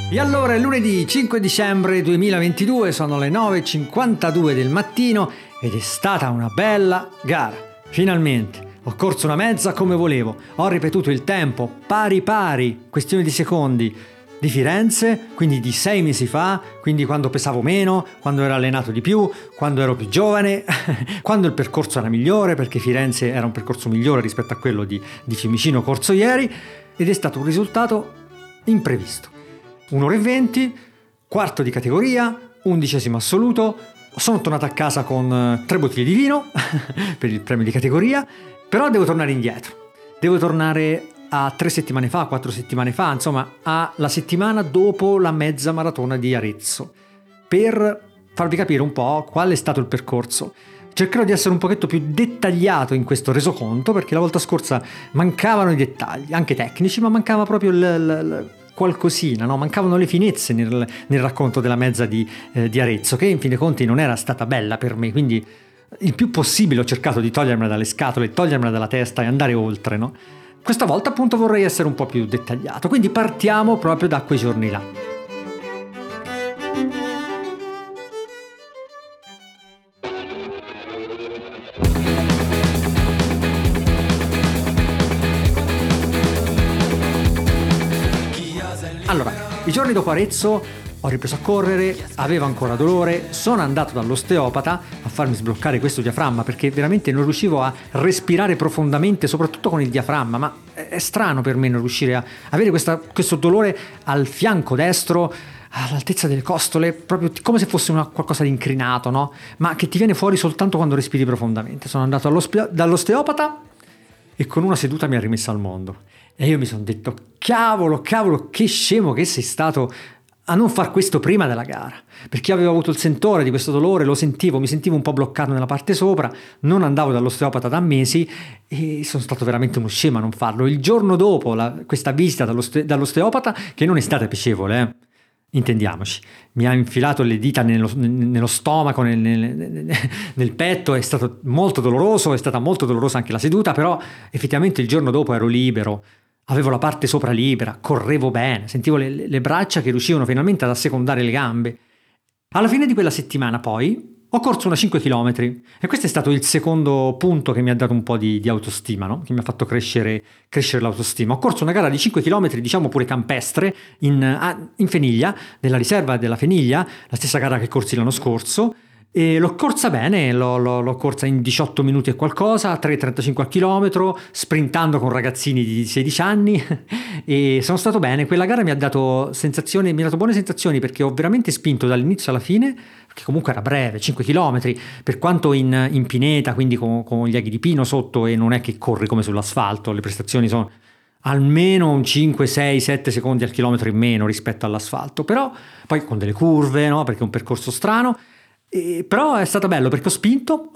E allora è lunedì 5 dicembre 2022, sono le 9:52 del mattino ed è stata una bella gara. Finalmente ho corso una mezza come volevo, ho ripetuto il tempo pari, questione di secondi, di Firenze, quindi di 6 mesi fa, quindi quando pesavo meno, quando ero allenato di più, quando ero più giovane, quando il percorso era migliore, perché Firenze era un percorso migliore rispetto a quello di Fiumicino corso ieri, ed è stato un risultato imprevisto. 1 ora e 20, quarto di categoria, 11° assoluto, sono tornato a casa con 3 bottiglie di vino per il premio di categoria, però devo tornare indietro, devo tornare a 3 settimane fa, 4 settimane fa, insomma alla settimana dopo la mezza maratona di Arezzo, per farvi capire un po' qual è stato il percorso. Cercherò di essere un pochetto più dettagliato in questo resoconto, perché la volta scorsa mancavano i dettagli, anche tecnici, ma mancava proprio qualcosina, no? Mancavano le finezze nel racconto della mezza di Arezzo, che in fin dei conti non era stata bella per me, quindi il più possibile ho cercato di togliermela dalle scatole, togliermela dalla testa e andare oltre, no? Questa volta appunto vorrei essere un po' più dettagliato, quindi partiamo proprio da quei giorni là. Allora, i giorni dopo Arezzo ho ripreso a correre, avevo ancora dolore, sono andato dall'osteopata a farmi sbloccare questo diaframma perché veramente non riuscivo a respirare profondamente, soprattutto con il diaframma, ma è strano per me non riuscire a avere questo dolore al fianco destro, all'altezza delle costole, proprio come se fosse qualcosa di incrinato, no? Ma che ti viene fuori soltanto quando respiri profondamente. Sono andato dall'osteopata e con una seduta mi ha rimessa al mondo. E io mi sono detto, cavolo, che scemo che sei stato a non far questo prima della gara, perché io avevo avuto il sentore di questo dolore, mi sentivo un po' bloccato nella parte sopra, non andavo dall'osteopata da mesi e sono stato veramente uno scemo a non farlo. Il giorno dopo questa visita dall'osteopata, che non è stata piacevole, intendiamoci, mi ha infilato le dita nello stomaco, nel petto, è stato molto doloroso, è stata molto dolorosa anche la seduta, però effettivamente il giorno dopo ero libero, avevo la parte sopra libera, correvo bene, sentivo le braccia che riuscivano finalmente ad assecondare le gambe. Alla fine di quella settimana poi ho corso una 5 km e questo è stato il secondo punto che mi ha dato un po' di autostima, no? Che mi ha fatto crescere l'autostima. Ho corso una gara di 5 km, diciamo pure campestre, in Feniglia, nella riserva della Feniglia, la stessa gara che corsi l'anno scorso, e l'ho corsa bene, l'ho corsa in 18 minuti e qualcosa, 3,35 al chilometro, sprintando con ragazzini di 16 anni e sono stato bene. Quella gara mi ha dato buone sensazioni perché ho veramente spinto dall'inizio alla fine, perché comunque era breve, 5 km, per quanto in pineta, quindi con gli aghi di pino sotto, e non è che corri come sull'asfalto, le prestazioni sono almeno un 5, 6, 7 secondi al chilometro in meno rispetto all'asfalto, però poi con delle curve, no? Perché è un percorso strano. Però è stato bello perché ho spinto,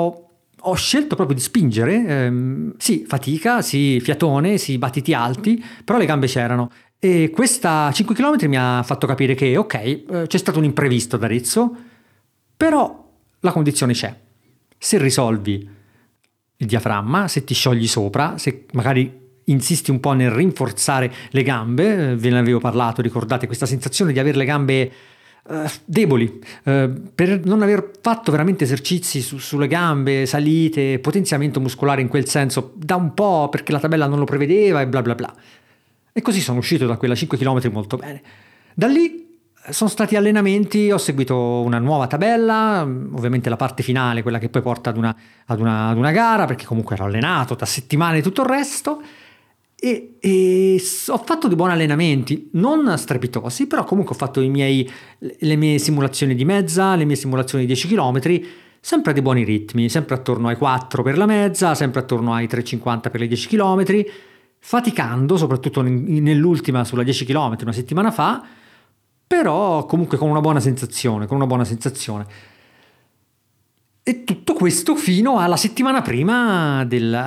ho scelto proprio di spingere, sì, fatica, sì, fiatone, sì, battiti alti, però le gambe c'erano. E questa 5 km mi ha fatto capire che, ok, c'è stato un imprevisto ad Arezzo, però la condizione c'è. Se risolvi il diaframma, se ti sciogli sopra, se magari insisti un po' nel rinforzare le gambe, ve ne avevo parlato, ricordate questa sensazione di avere le gambe deboli, per non aver fatto veramente esercizi sulle gambe, salite, potenziamento muscolare in quel senso da un po', perché la tabella non lo prevedeva e bla bla bla. E così sono uscito da quella 5 km molto bene. Da lì sono stati allenamenti, ho seguito una nuova tabella, ovviamente la parte finale, quella che poi porta ad una gara, perché comunque ero allenato da settimane e tutto il resto. E ho fatto dei buoni allenamenti, non strepitosi, però comunque ho fatto le mie simulazioni di mezza, le mie simulazioni di 10 km, sempre a dei buoni ritmi, sempre attorno ai 4 per la mezza, sempre attorno ai 3,50 per le 10 km, faticando soprattutto nell'ultima sulla 10 km una settimana fa, però comunque con una buona sensazione. E tutto questo fino alla settimana prima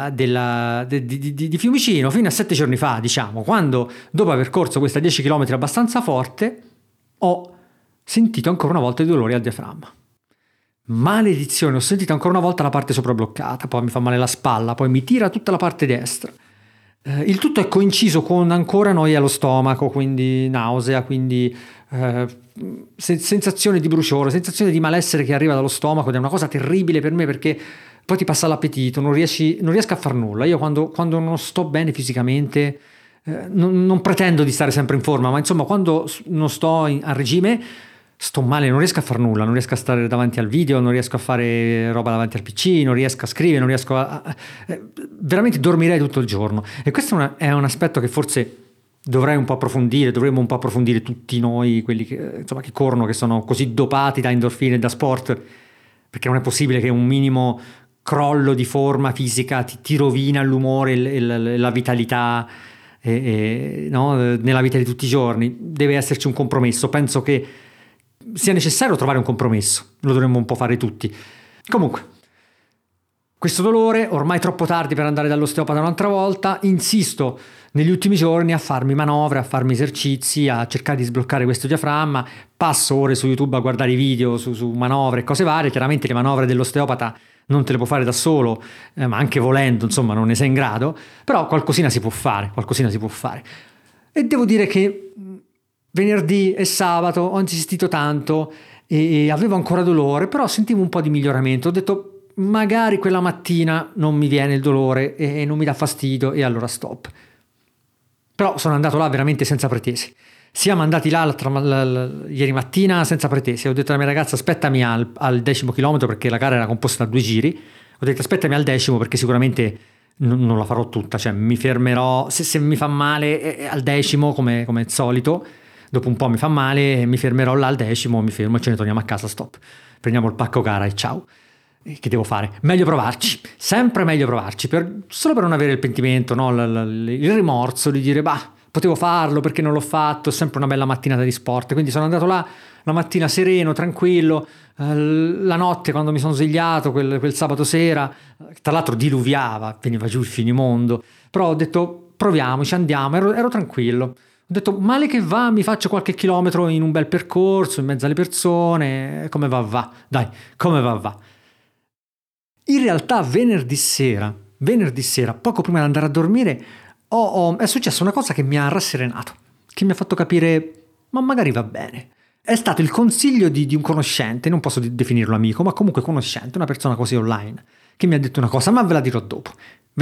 di Fiumicino, fino a 7 giorni fa, diciamo, quando dopo aver corso questa 10 km abbastanza forte, ho sentito ancora una volta i dolori al diaframma. Maledizione, ho sentito ancora una volta la parte sopra bloccata, poi mi fa male la spalla, poi mi tira tutta la parte destra. Il tutto è coinciso con ancora noia allo stomaco, quindi nausea, quindi sensazione di bruciore, sensazione di malessere che arriva dallo stomaco, ed è una cosa terribile per me perché poi ti passa l'appetito, non riesco a far nulla. Io quando non sto bene fisicamente, non pretendo di stare sempre in forma, ma insomma quando non sto a regime sto male, non riesco a far nulla, non riesco a stare davanti al video, non riesco a fare roba davanti al PC, non riesco a scrivere, non riesco veramente dormirei tutto il giorno. E questo è un aspetto che forse dovremmo un po' approfondire tutti noi, quelli che, insomma, che corrono, che sono così dopati da endorfine e da sport, perché non è possibile che un minimo crollo di forma fisica ti rovina l'umore e la vitalità no? Nella vita di tutti i giorni. Deve esserci un compromesso. Penso che sia necessario trovare un compromesso, lo dovremmo un po' fare tutti. Comunque, questo dolore, ormai troppo tardi per andare dall'osteopata un'altra volta, insisto negli ultimi giorni a farmi manovre, a farmi esercizi, a cercare di sbloccare questo diaframma, passo ore su YouTube a guardare i video su manovre e cose varie. Chiaramente le manovre dell'osteopata non te le può fare da solo, ma anche volendo, insomma, non ne sei in grado, però qualcosina si può fare. E devo dire che venerdì e sabato ho insistito tanto e avevo ancora dolore, però sentivo un po' di miglioramento. Ho detto magari quella mattina non mi viene il dolore e non mi dà fastidio, e allora stop. Però sono andato là veramente senza pretese. Siamo andati là ieri mattina senza pretese. Ho detto alla mia ragazza aspettami al 10° chilometro, perché la gara era composta da 2 giri. Ho detto aspettami al 10° perché sicuramente non la farò tutta, cioè mi fermerò se mi fa male al 10° come al solito. Dopo un po' mi fa male, mi fermerò là al 10°, mi fermo e ce ne torniamo a casa, stop. Prendiamo il pacco gara e ciao. Che devo fare? Meglio provarci, sempre meglio provarci, solo per non avere il pentimento, no? Il rimorso di dire potevo farlo, perché non l'ho fatto. È sempre una bella mattinata di sport. Quindi sono andato là la mattina sereno, tranquillo. La notte, quando mi sono svegliato quel sabato sera, tra l'altro diluviava, veniva giù il finimondo, però ho detto proviamoci, andiamo. Ero tranquillo. Ho detto male che va, mi faccio qualche chilometro in un bel percorso in mezzo alle persone, come va, dai, come va. In realtà venerdì sera, poco prima di andare a dormire, è successa una cosa che mi ha rasserenato, che mi ha fatto capire ma magari va bene. È stato il consiglio di un conoscente, non posso definirlo amico, ma comunque conoscente, una persona così online, che mi ha detto una cosa, ma ve la dirò dopo.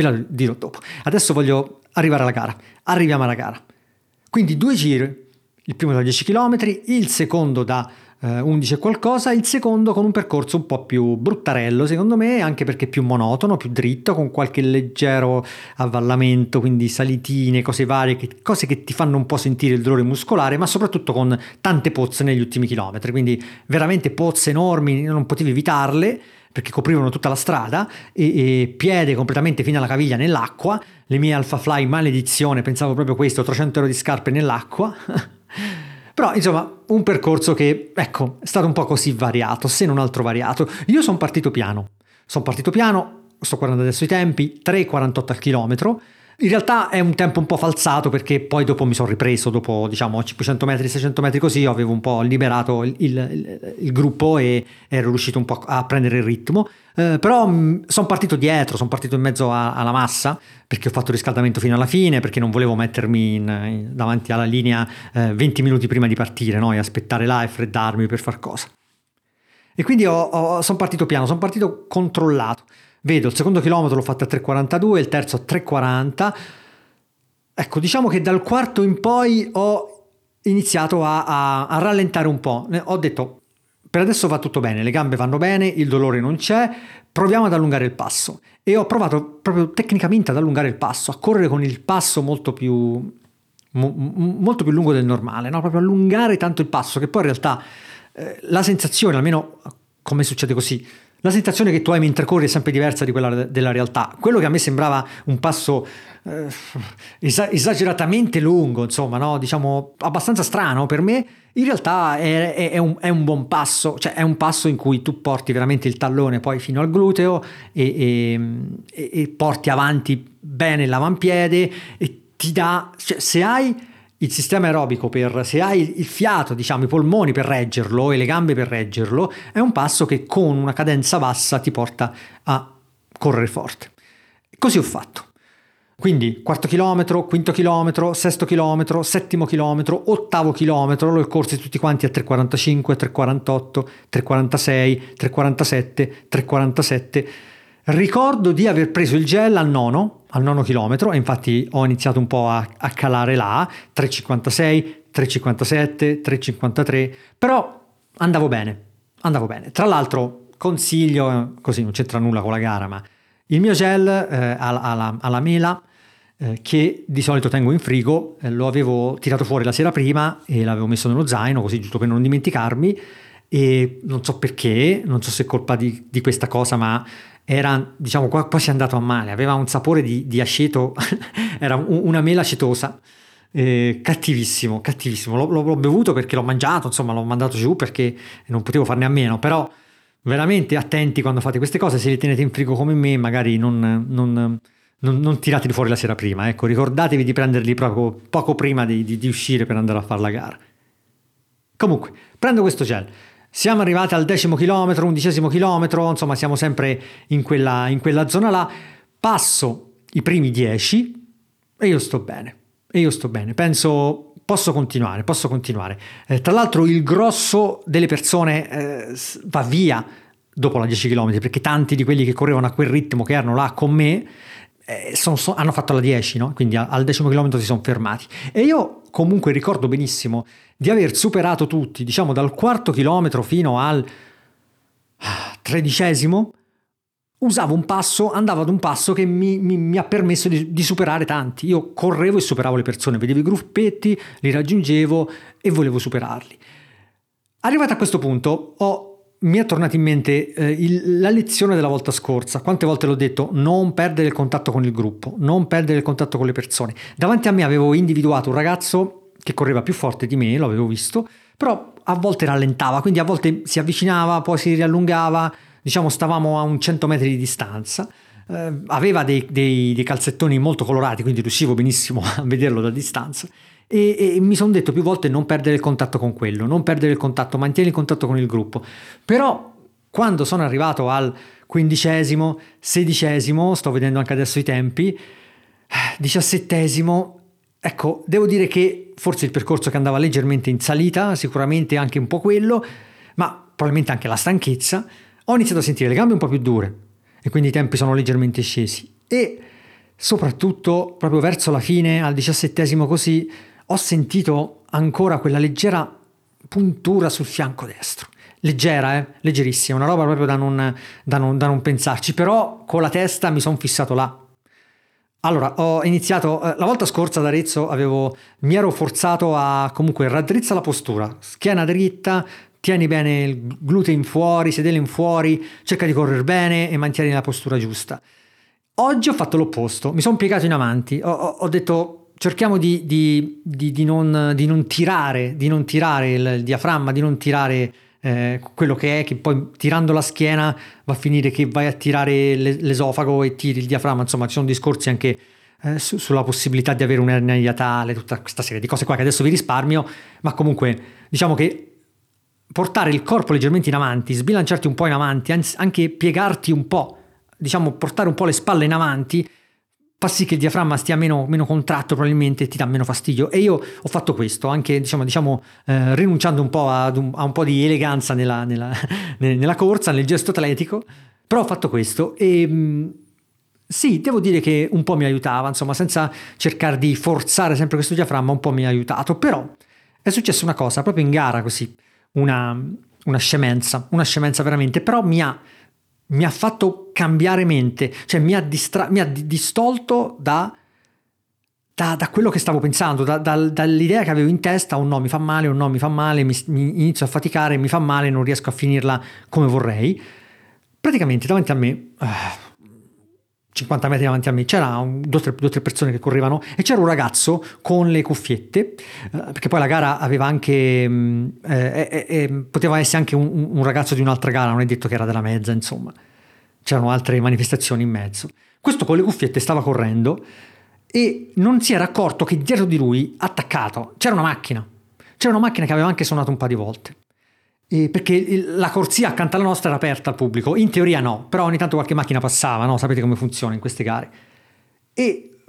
Adesso voglio arrivare alla gara. Arriviamo alla gara. Quindi 2 giri, il primo da 10 km, il secondo da 11 e qualcosa, il secondo con un percorso un po' più bruttarello secondo me, anche perché più monotono, più dritto, con qualche leggero avvallamento, quindi salitine, cose varie, cose che ti fanno un po' sentire il dolore muscolare, ma soprattutto con tante pozze negli ultimi chilometri, quindi veramente pozze enormi, non potevi evitarle perché coprivano tutta la strada, e piede completamente fino alla caviglia nell'acqua. Le mie Alpha Fly, maledizione, pensavo proprio questo, 300 euro di scarpe nell'acqua. Però insomma un percorso che, ecco, è stato un po' così variato, se non altro variato. Io sono partito piano, sto guardando adesso i tempi, 3,48 al chilometro. In realtà è un tempo un po' falsato, perché poi dopo mi sono ripreso, dopo diciamo 500 metri, 600 metri così, avevo un po' liberato il gruppo e ero riuscito un po' a prendere il ritmo. Però sono partito dietro, sono partito in mezzo alla massa, perché ho fatto riscaldamento fino alla fine, perché non volevo mettermi davanti alla linea 20 minuti prima di partire, no? E aspettare là e freddarmi per far cosa. E quindi sono partito piano, sono partito controllato. Vedo il secondo chilometro l'ho fatto a 3,42, il terzo a 3,40. Ecco, diciamo che dal quarto in poi ho iniziato a rallentare un po'. Ho detto per adesso va tutto bene, le gambe vanno bene, il dolore non c'è, proviamo ad allungare il passo. E ho provato proprio tecnicamente ad allungare il passo, a correre con il passo molto più lungo del normale, no? Proprio allungare tanto il passo, che poi in realtà la sensazione, almeno come succede così, la sensazione che tu hai mentre corri è sempre diversa di quella della realtà. Quello che a me sembrava un passo esageratamente lungo, insomma, no? Diciamo abbastanza strano per me, in realtà è un buon passo, cioè è un passo in cui tu porti veramente il tallone poi fino al gluteo e porti avanti bene l'avampiede, e ti dà, cioè, se hai il sistema aerobico, se hai il fiato, diciamo, i polmoni per reggerlo e le gambe per reggerlo, è un passo che con una cadenza bassa ti porta a correre forte. Così ho fatto. Quindi quarto chilometro, quinto chilometro, sesto chilometro, settimo chilometro, ottavo chilometro, l'ho corsi tutti quanti a 3,45, 3,48, 3,46, 3,47, 3,47. Ricordo di aver preso il gel al nono chilometro, e infatti ho iniziato un po' a calare là, 3,56, 3,57, 3,53, però andavo bene. Tra l'altro consiglio, così non c'entra nulla con la gara, ma il mio gel alla mela, che di solito tengo in frigo, lo avevo tirato fuori la sera prima e l'avevo messo nello zaino, così giusto per non dimenticarmi, e non so perché, non so se è colpa di questa cosa, ma era, diciamo, quasi andato a male, aveva un sapore di aceto, era una mela acetosa, cattivissimo, l'ho bevuto perché l'ho mangiato, insomma l'ho mandato giù perché non potevo farne a meno, però veramente attenti quando fate queste cose, se li tenete in frigo come me, magari non tirateli fuori la sera prima, ecco, ricordatevi di prenderli proprio poco prima di uscire per andare a fare la gara. Comunque, prendo questo gel, siamo arrivati al 10° chilometro, 11° chilometro, insomma siamo sempre in quella zona là, passo i primi 10 e io sto bene, penso posso continuare. Tra l'altro il grosso delle persone va via dopo la 10 km, perché tanti di quelli che correvano a quel ritmo, che erano là con me, hanno fatto la 10, no? Quindi al 10° chilometro si sono fermati. E io comunque ricordo benissimo di aver superato tutti, diciamo dal 4° chilometro fino al 13°, andavo ad un passo che mi ha permesso di superare tanti. Io correvo e superavo le persone, vedevo i gruppetti, li raggiungevo e volevo superarli. Arrivato a questo punto mi è tornata in mente la lezione della volta scorsa. Quante volte l'ho detto: non perdere il contatto con il gruppo, non perdere il contatto con le persone. Davanti a me avevo individuato un ragazzo che correva più forte di me, lo avevo visto, però a volte rallentava, quindi a volte si avvicinava, poi si riallungava, diciamo stavamo a un 100 metri di distanza. Aveva dei calzettoni molto colorati, quindi riuscivo benissimo a vederlo da distanza. E mi sono detto più volte: non perdere il contatto con quello, non perdere il contatto, mantieni il contatto con il gruppo. Però quando sono arrivato al 15°, 16°, sto vedendo anche adesso i tempi, 17°, ecco, devo dire che forse il percorso che andava leggermente in salita, sicuramente anche un po' quello, ma probabilmente anche la stanchezza, ho iniziato a sentire le gambe un po' più dure e quindi i tempi sono leggermente scesi, e soprattutto proprio verso la fine, al 17° così, ho sentito ancora quella leggera puntura sul fianco destro. Leggera, leggerissima, una roba proprio da non pensarci, però con la testa mi sono fissato là. Allora, ho iniziato, la volta scorsa ad Arezzo mi ero forzato a comunque raddrizza la postura, schiena dritta, tieni bene il gluteo in fuori, sedere in fuori, cerca di correre bene e mantieni la postura giusta. Oggi ho fatto l'opposto, mi sono piegato in avanti, ho detto cerchiamo di non tirare il diaframma, di non tirare quello che è, che poi tirando la schiena va a finire che vai a tirare l'esofago e tiri il diaframma. Insomma, ci sono discorsi anche sulla possibilità di avere un'ernia iatale, tutta questa serie di cose qua che adesso vi risparmio, ma comunque diciamo che portare il corpo leggermente in avanti, sbilanciarti un po' in avanti, anche piegarti un po', diciamo portare un po' le spalle in avanti, fa sì che il diaframma stia meno contratto, probabilmente ti dà meno fastidio. E io ho fatto questo anche diciamo rinunciando un po' a un po' di eleganza nella corsa, nel gesto atletico, però ho fatto questo e sì, devo dire che un po' mi aiutava, insomma, senza cercare di forzare sempre questo diaframma, un po' mi ha aiutato. Però è successa una cosa proprio in gara, così una scemenza veramente, però mi ha fatto cambiare mente, cioè mi ha distolto da quello che stavo pensando, dall'idea che avevo in testa: un no mi fa male, mi inizio a faticare, mi fa male, non riesco a finirla come vorrei. Praticamente davanti a me, 50 metri davanti a me, c'era due o tre persone che correvano e c'era un ragazzo con le cuffiette, perché poi la gara aveva anche poteva essere anche un ragazzo di un'altra gara, non è detto che era della mezza, insomma c'erano altre manifestazioni in mezzo. Questo con le cuffiette stava correndo e non si era accorto che dietro di lui, attaccato, c'era una macchina che aveva anche suonato un paio di volte. Perché la corsia accanto alla nostra era aperta al pubblico, in teoria no, però ogni tanto qualche macchina passava, no? Sapete come funziona in queste gare. E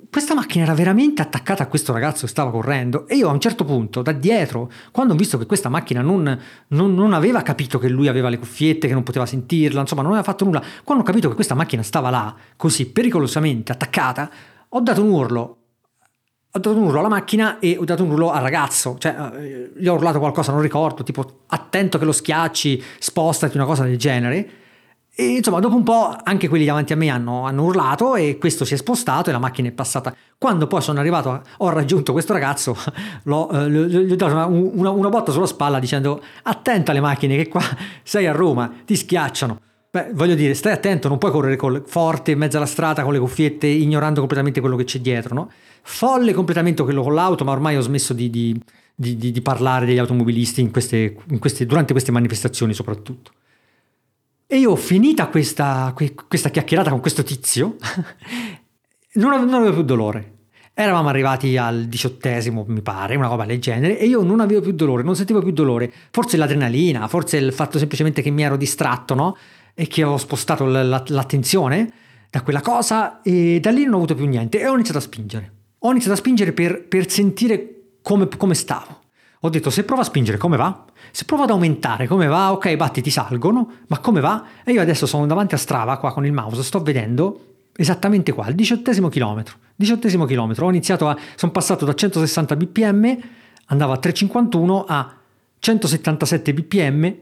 questa macchina era veramente attaccata a questo ragazzo che stava correndo, e io a un certo punto da dietro, quando ho visto che questa macchina non aveva capito che lui aveva le cuffiette, che non poteva sentirla, insomma non aveva fatto nulla, quando ho capito che questa macchina stava là così pericolosamente attaccata, ho dato un urlo. Ho dato un urlo alla macchina e ho dato un urlo al ragazzo, cioè gli ho urlato qualcosa, non ricordo, tipo attento che lo schiacci, spostati, una cosa del genere. E insomma, dopo un po' anche quelli davanti a me hanno urlato, e questo si è spostato e la macchina è passata. Quando poi sono arrivato, ho raggiunto questo ragazzo, gli ho dato una botta sulla spalla dicendo: attenta alle macchine, che qua sei a Roma, ti schiacciano. Beh, voglio dire, stai attento, non puoi correre forte in mezzo alla strada con le cuffiette, ignorando completamente quello che c'è dietro, no? Folle completamente quello con l'auto, ma ormai ho smesso di parlare degli automobilisti durante queste manifestazioni soprattutto. E io, finita questa chiacchierata con questo tizio, non avevo più dolore. Eravamo arrivati al 18°, mi pare, una roba del genere, e io non avevo più dolore, non sentivo più dolore. Forse l'adrenalina, forse il fatto semplicemente che mi ero distratto, no? E che ho spostato l'attenzione da quella cosa, e da lì non ho avuto più niente e ho iniziato a spingere. Ho iniziato a spingere per sentire come stavo. Ho detto: se provo a spingere, come va? Se provo ad aumentare, come va? Ok, i battiti salgono, ma come va? E io adesso sono davanti a Strava, qua con il mouse, sto vedendo esattamente qua, il 18° chilometro. 18° chilometro, sono passato da 160 bpm, andavo a 351 a 177 bpm.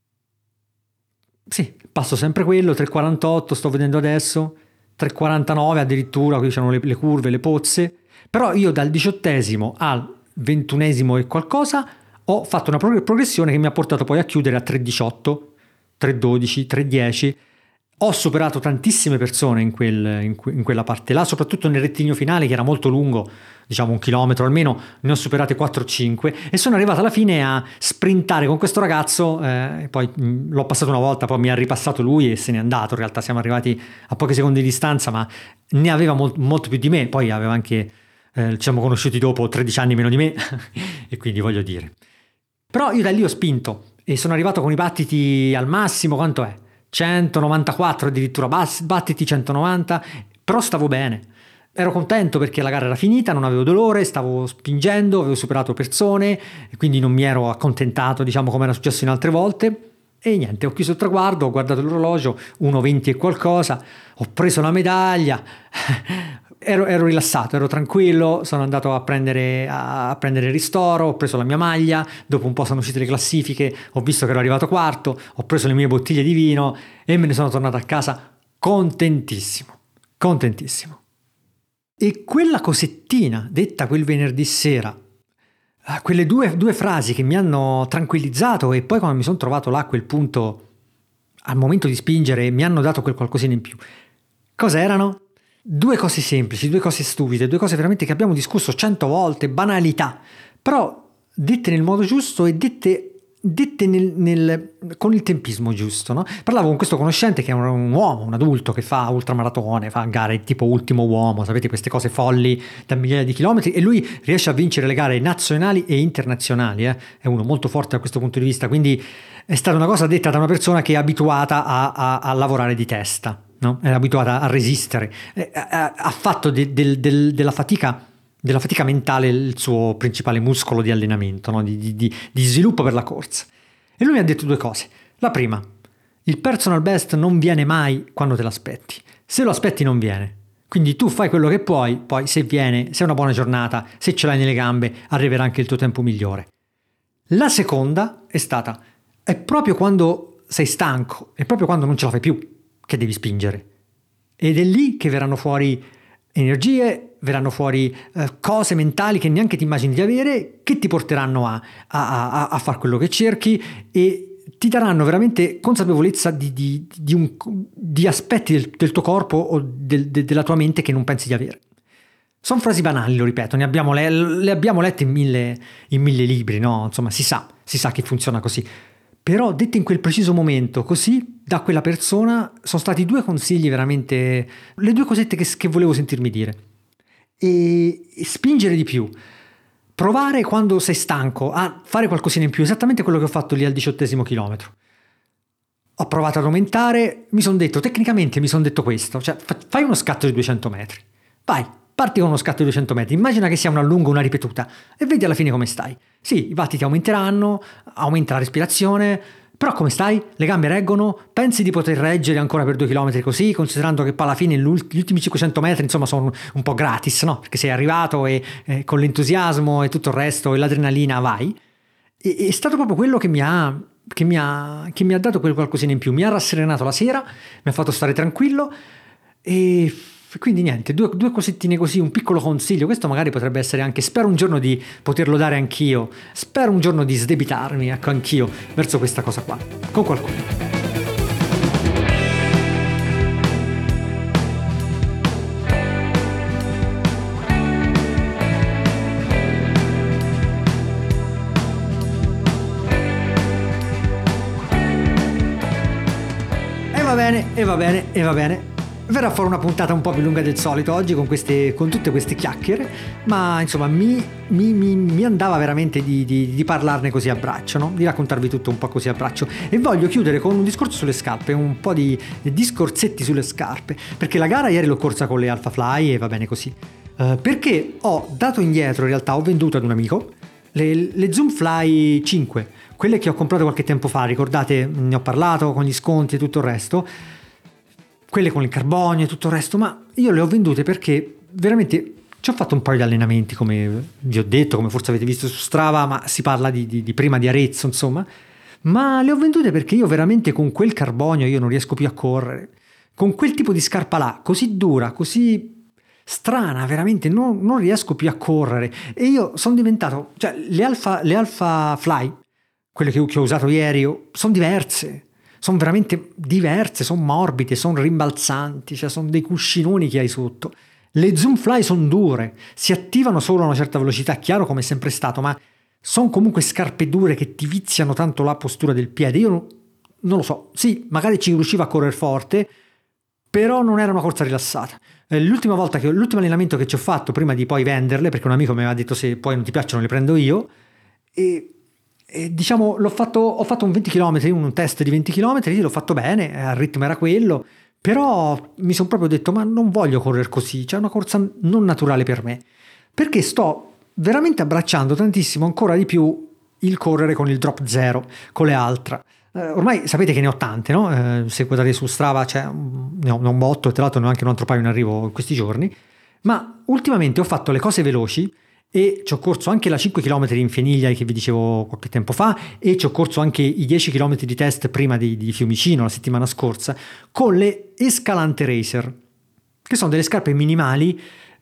Sì, passo sempre quello, 348 sto vedendo adesso, 349 addirittura, qui c'erano le curve, le pozze. Però io dal 18° al 21° e qualcosa ho fatto una progressione che mi ha portato poi a chiudere a 318, 312, 310. Ho superato tantissime persone in quella parte là, soprattutto nel rettilineo finale, che era molto lungo, diciamo 1 chilometro almeno, ne ho superate 4-5 e sono arrivato alla fine a sprintare con questo ragazzo. Poi l'ho passato una volta, poi mi ha ripassato lui e se n'è andato. In realtà siamo arrivati a pochi secondi di distanza, ma ne aveva molto più di me, poi aveva anche, ci siamo conosciuti dopo 13 anni meno di me e quindi voglio dire. Però io da lì ho spinto e sono arrivato con i battiti al massimo, quanto è? 194 addirittura, battiti 190, però stavo bene. Ero contento perché la gara era finita, non avevo dolore, stavo spingendo, avevo superato persone e quindi non mi ero accontentato, diciamo, come era successo in altre volte. E niente, ho chiuso il traguardo, ho guardato l'orologio, 1:20 e qualcosa, ho preso la medaglia, ero rilassato, ero tranquillo, sono andato a prendere il ristoro, ho preso la mia maglia, dopo un po' sono uscite le classifiche, ho visto che ero arrivato quarto, ho preso le mie bottiglie di vino e me ne sono tornato a casa contentissimo. E quella cosettina detta quel venerdì sera, quelle due frasi che mi hanno tranquillizzato, e poi quando mi sono trovato là a quel punto, al momento di spingere, mi hanno dato quel qualcosina in più. Cosa erano? 2 cose semplici, 2 cose stupide, 2 cose veramente che abbiamo discusso 100 volte, banalità, però dette nel modo giusto e dette con il tempismo giusto, no? Parlavo con questo conoscente che è un uomo, un adulto che fa ultramaratone, fa gare tipo ultimo uomo, sapete, queste cose folli da migliaia di chilometri, e lui riesce a vincere le gare nazionali e internazionali, È uno molto forte da questo punto di vista, quindi è stata una cosa detta da una persona che è abituata a lavorare di testa, no? È abituata a resistere, ha fatto della fatica mentale il suo principale muscolo di allenamento, no? di sviluppo per la corsa. E lui mi ha detto 2 cose. La prima: il personal best non viene mai quando te l'aspetti. Se lo aspetti non viene. Quindi tu fai quello che puoi, poi se viene, se è una buona giornata, se ce l'hai nelle gambe, arriverà anche il tuo tempo migliore. La seconda è stata: è proprio quando sei stanco, è proprio quando non ce la fai più che devi spingere. Ed è lì che verranno fuori energie, verranno fuori cose mentali che neanche ti immagini di avere, che ti porteranno a fare quello che cerchi e ti daranno veramente consapevolezza di aspetti del tuo corpo o della tua mente che non pensi di avere. Sono frasi banali, lo ripeto, le abbiamo lette in mille libri, no? Insomma, si sa che funziona così. Però dette in quel preciso momento, così, da quella persona, sono stati 2 consigli veramente, le 2 cosette che volevo sentirmi dire. E spingere di più, provare quando sei stanco a fare qualcosina in più, esattamente quello che ho fatto lì al 18° chilometro. Ho provato ad aumentare, tecnicamente mi sono detto questo, cioè fai uno scatto di 200 metri, vai, Parti con uno scatto di 200 metri, immagina che sia una lunga, una ripetuta e vedi alla fine come stai. Sì, i battiti aumenteranno, aumenta la respirazione, però come stai? Le gambe reggono? Pensi di poter reggere ancora per 2 chilometri così, considerando che poi alla fine gli ultimi 500 metri insomma sono un po' gratis, no? Perché sei arrivato e con l'entusiasmo e tutto il resto e l'adrenalina vai. È stato proprio quello che mi ha dato quel qualcosina in più, mi ha rasserenato la sera, mi ha fatto stare tranquillo e quindi niente, due cosettine così, un piccolo consiglio, questo magari potrebbe essere anche, spero un giorno di poterlo dare anch'io, spero un giorno di sdebitarmi, ecco, anch'io verso questa cosa qua, con qualcuno. E va bene. Verrà fuori una puntata un po' più lunga del solito oggi con tutte queste chiacchiere, ma insomma mi andava veramente di parlarne così a braccio, no? Di raccontarvi tutto un po' così a braccio. E voglio chiudere con un discorso sulle scarpe, un po' di discorsetti sulle scarpe, perché la gara ieri l'ho corsa con le Alpha Fly e va bene così. Perché ho dato indietro, in realtà ho venduto ad un amico le Zoom Fly 5, quelle che ho comprato qualche tempo fa, ricordate, ne ho parlato con gli sconti e tutto il resto, quelle con il carbonio e tutto il resto, ma io le ho vendute perché veramente ci ho fatto un paio di allenamenti, come vi ho detto, come forse avete visto su Strava, ma si parla di prima di Arezzo, insomma, ma le ho vendute perché io veramente con quel carbonio io non riesco più a correre, con quel tipo di scarpa là, così dura, così strana, veramente non riesco più a correre e io sono diventato, cioè le Alpha Fly, quelle che ho usato ieri, sono diverse. Sono veramente diverse, sono morbide, sono rimbalzanti, cioè sono dei cuscinoni che hai sotto. Le Zoom Fly sono dure, si attivano solo a una certa velocità, chiaro come è sempre stato, ma sono comunque scarpe dure che ti viziano tanto la postura del piede. Io non lo so, sì, magari ci riuscivo a correre forte, però non era una corsa rilassata. L'ultimo allenamento che ci ho fatto prima di poi venderle, perché un amico mi aveva detto se poi non ti piacciono le prendo io, e diciamo ho fatto un 20 km, un test di 20 km, l'ho fatto bene, il ritmo era quello, però mi sono proprio detto ma non voglio correre così, c'è una corsa non naturale per me, perché sto veramente abbracciando tantissimo ancora di più il correre con il drop zero, con le Altra. Ormai sapete che ne ho tante, no? Se guardate su Strava ne ho un botto e tra l'altro ne ho anche un altro paio in arrivo in questi giorni, ma ultimamente ho fatto le cose veloci e ci ho corso anche la 5 km in Feniglia che vi dicevo qualche tempo fa e ci ho corso anche i 10 km di test prima di Fiumicino la settimana scorsa con le Escalante Racer, che sono delle scarpe minimali,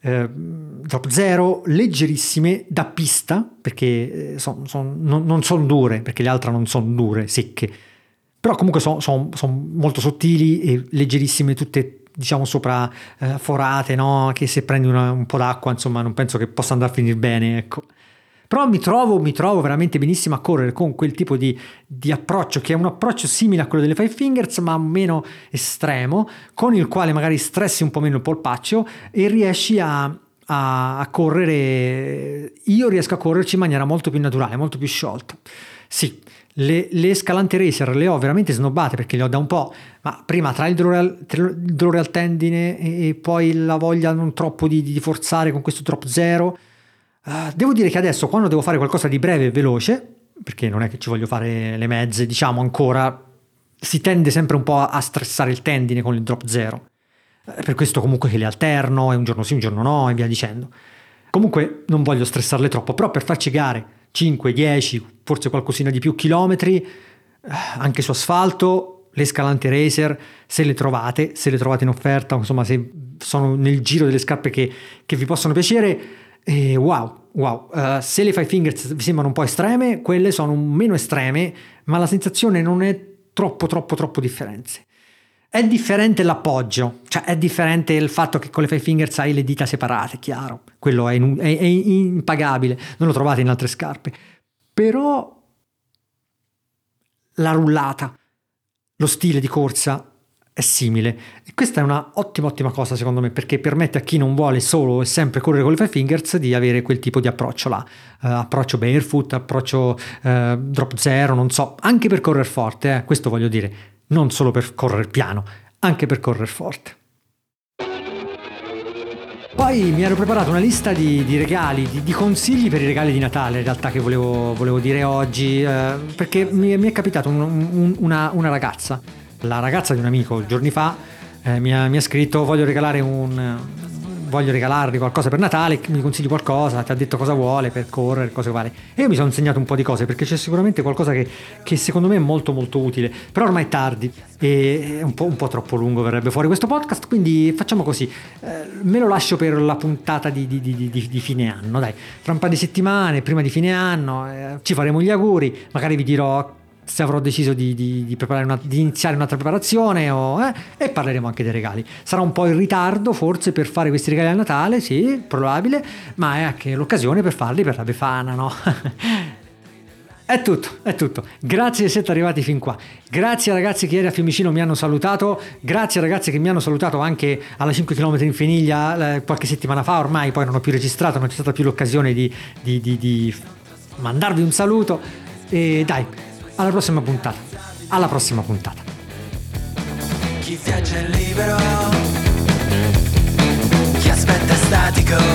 drop zero, leggerissime da pista, perché non sono dure, perché le altre non sono dure, secche, però comunque sono molto sottili e leggerissime, tutte diciamo sopra forate, no? Che se prendi un po' d'acqua insomma non penso che possa andare a finire bene, ecco. Però mi trovo veramente benissimo a correre con quel tipo di approccio, che è un approccio simile a quello delle Five Fingers ma meno estremo, con il quale magari stressi un po' meno il polpaccio e riesci a correre. Io riesco a correrci in maniera molto più naturale, molto più sciolta. Sì, le Escalante Racer le ho veramente snobbate perché le ho da un po', ma prima tra il dolore al tendine e poi la voglia non troppo di forzare con questo drop zero. Devo dire che adesso quando devo fare qualcosa di breve e veloce, perché non è che ci voglio fare le mezze, diciamo ancora, si tende sempre un po' a stressare il tendine con il drop zero. Per questo comunque che le alterno, e un giorno sì, un giorno no, e via dicendo. Comunque non voglio stressarle troppo, però per farci gare 5, 10, forse qualcosina di più chilometri, anche su asfalto, le Escalante Racer, se le trovate in offerta, insomma se sono nel giro delle scarpe che vi possono piacere, wow. Se le Five Fingers vi sembrano un po' estreme, quelle sono meno estreme, ma la sensazione non è troppo differenze. È differente l'appoggio, cioè è differente il fatto che con le Five Fingers hai le dita separate, chiaro, quello è impagabile, non lo trovate in altre scarpe, però la rullata, lo stile di corsa è simile e questa è una ottima cosa secondo me, perché permette a chi non vuole solo e sempre correre con le Five Fingers di avere quel tipo di approccio là, approccio barefoot, approccio drop zero, non so, anche per correre forte, questo voglio dire, non solo per correre piano, anche per correre forte. Poi mi ero preparato una lista di regali, di consigli per i regali di Natale, in realtà, che volevo dire oggi, perché mi è capitato una ragazza, la ragazza di un amico, giorni fa, mi ha scritto: voglio regalargli qualcosa per Natale, mi consigli qualcosa, ti ha detto cosa vuole per correre, cose uguali. E io mi sono insegnato un po' di cose, perché c'è sicuramente qualcosa che secondo me è molto molto utile, però ormai è tardi e è un po' troppo lungo verrebbe fuori questo podcast, quindi facciamo così, me lo lascio per la puntata di fine anno, dai, tra un paio di settimane, prima di fine anno, ci faremo gli auguri, magari vi dirò se avrò deciso di iniziare un'altra preparazione e parleremo anche dei regali. Sarà un po' in ritardo forse per fare questi regali a Natale, sì, probabile, ma è anche l'occasione per farli per la Befana, no? È tutto. Grazie se siete arrivati fin qua. Grazie ai ragazzi che ieri a Fiumicino mi hanno salutato. Grazie ai ragazzi che mi hanno salutato anche alla 5 km in Feniglia qualche settimana fa. Ormai poi non ho più registrato, non c'è stata più l'occasione di mandarvi un saluto. E dai, alla prossima puntata. Chi viaggia è libero, chi aspetta è statico.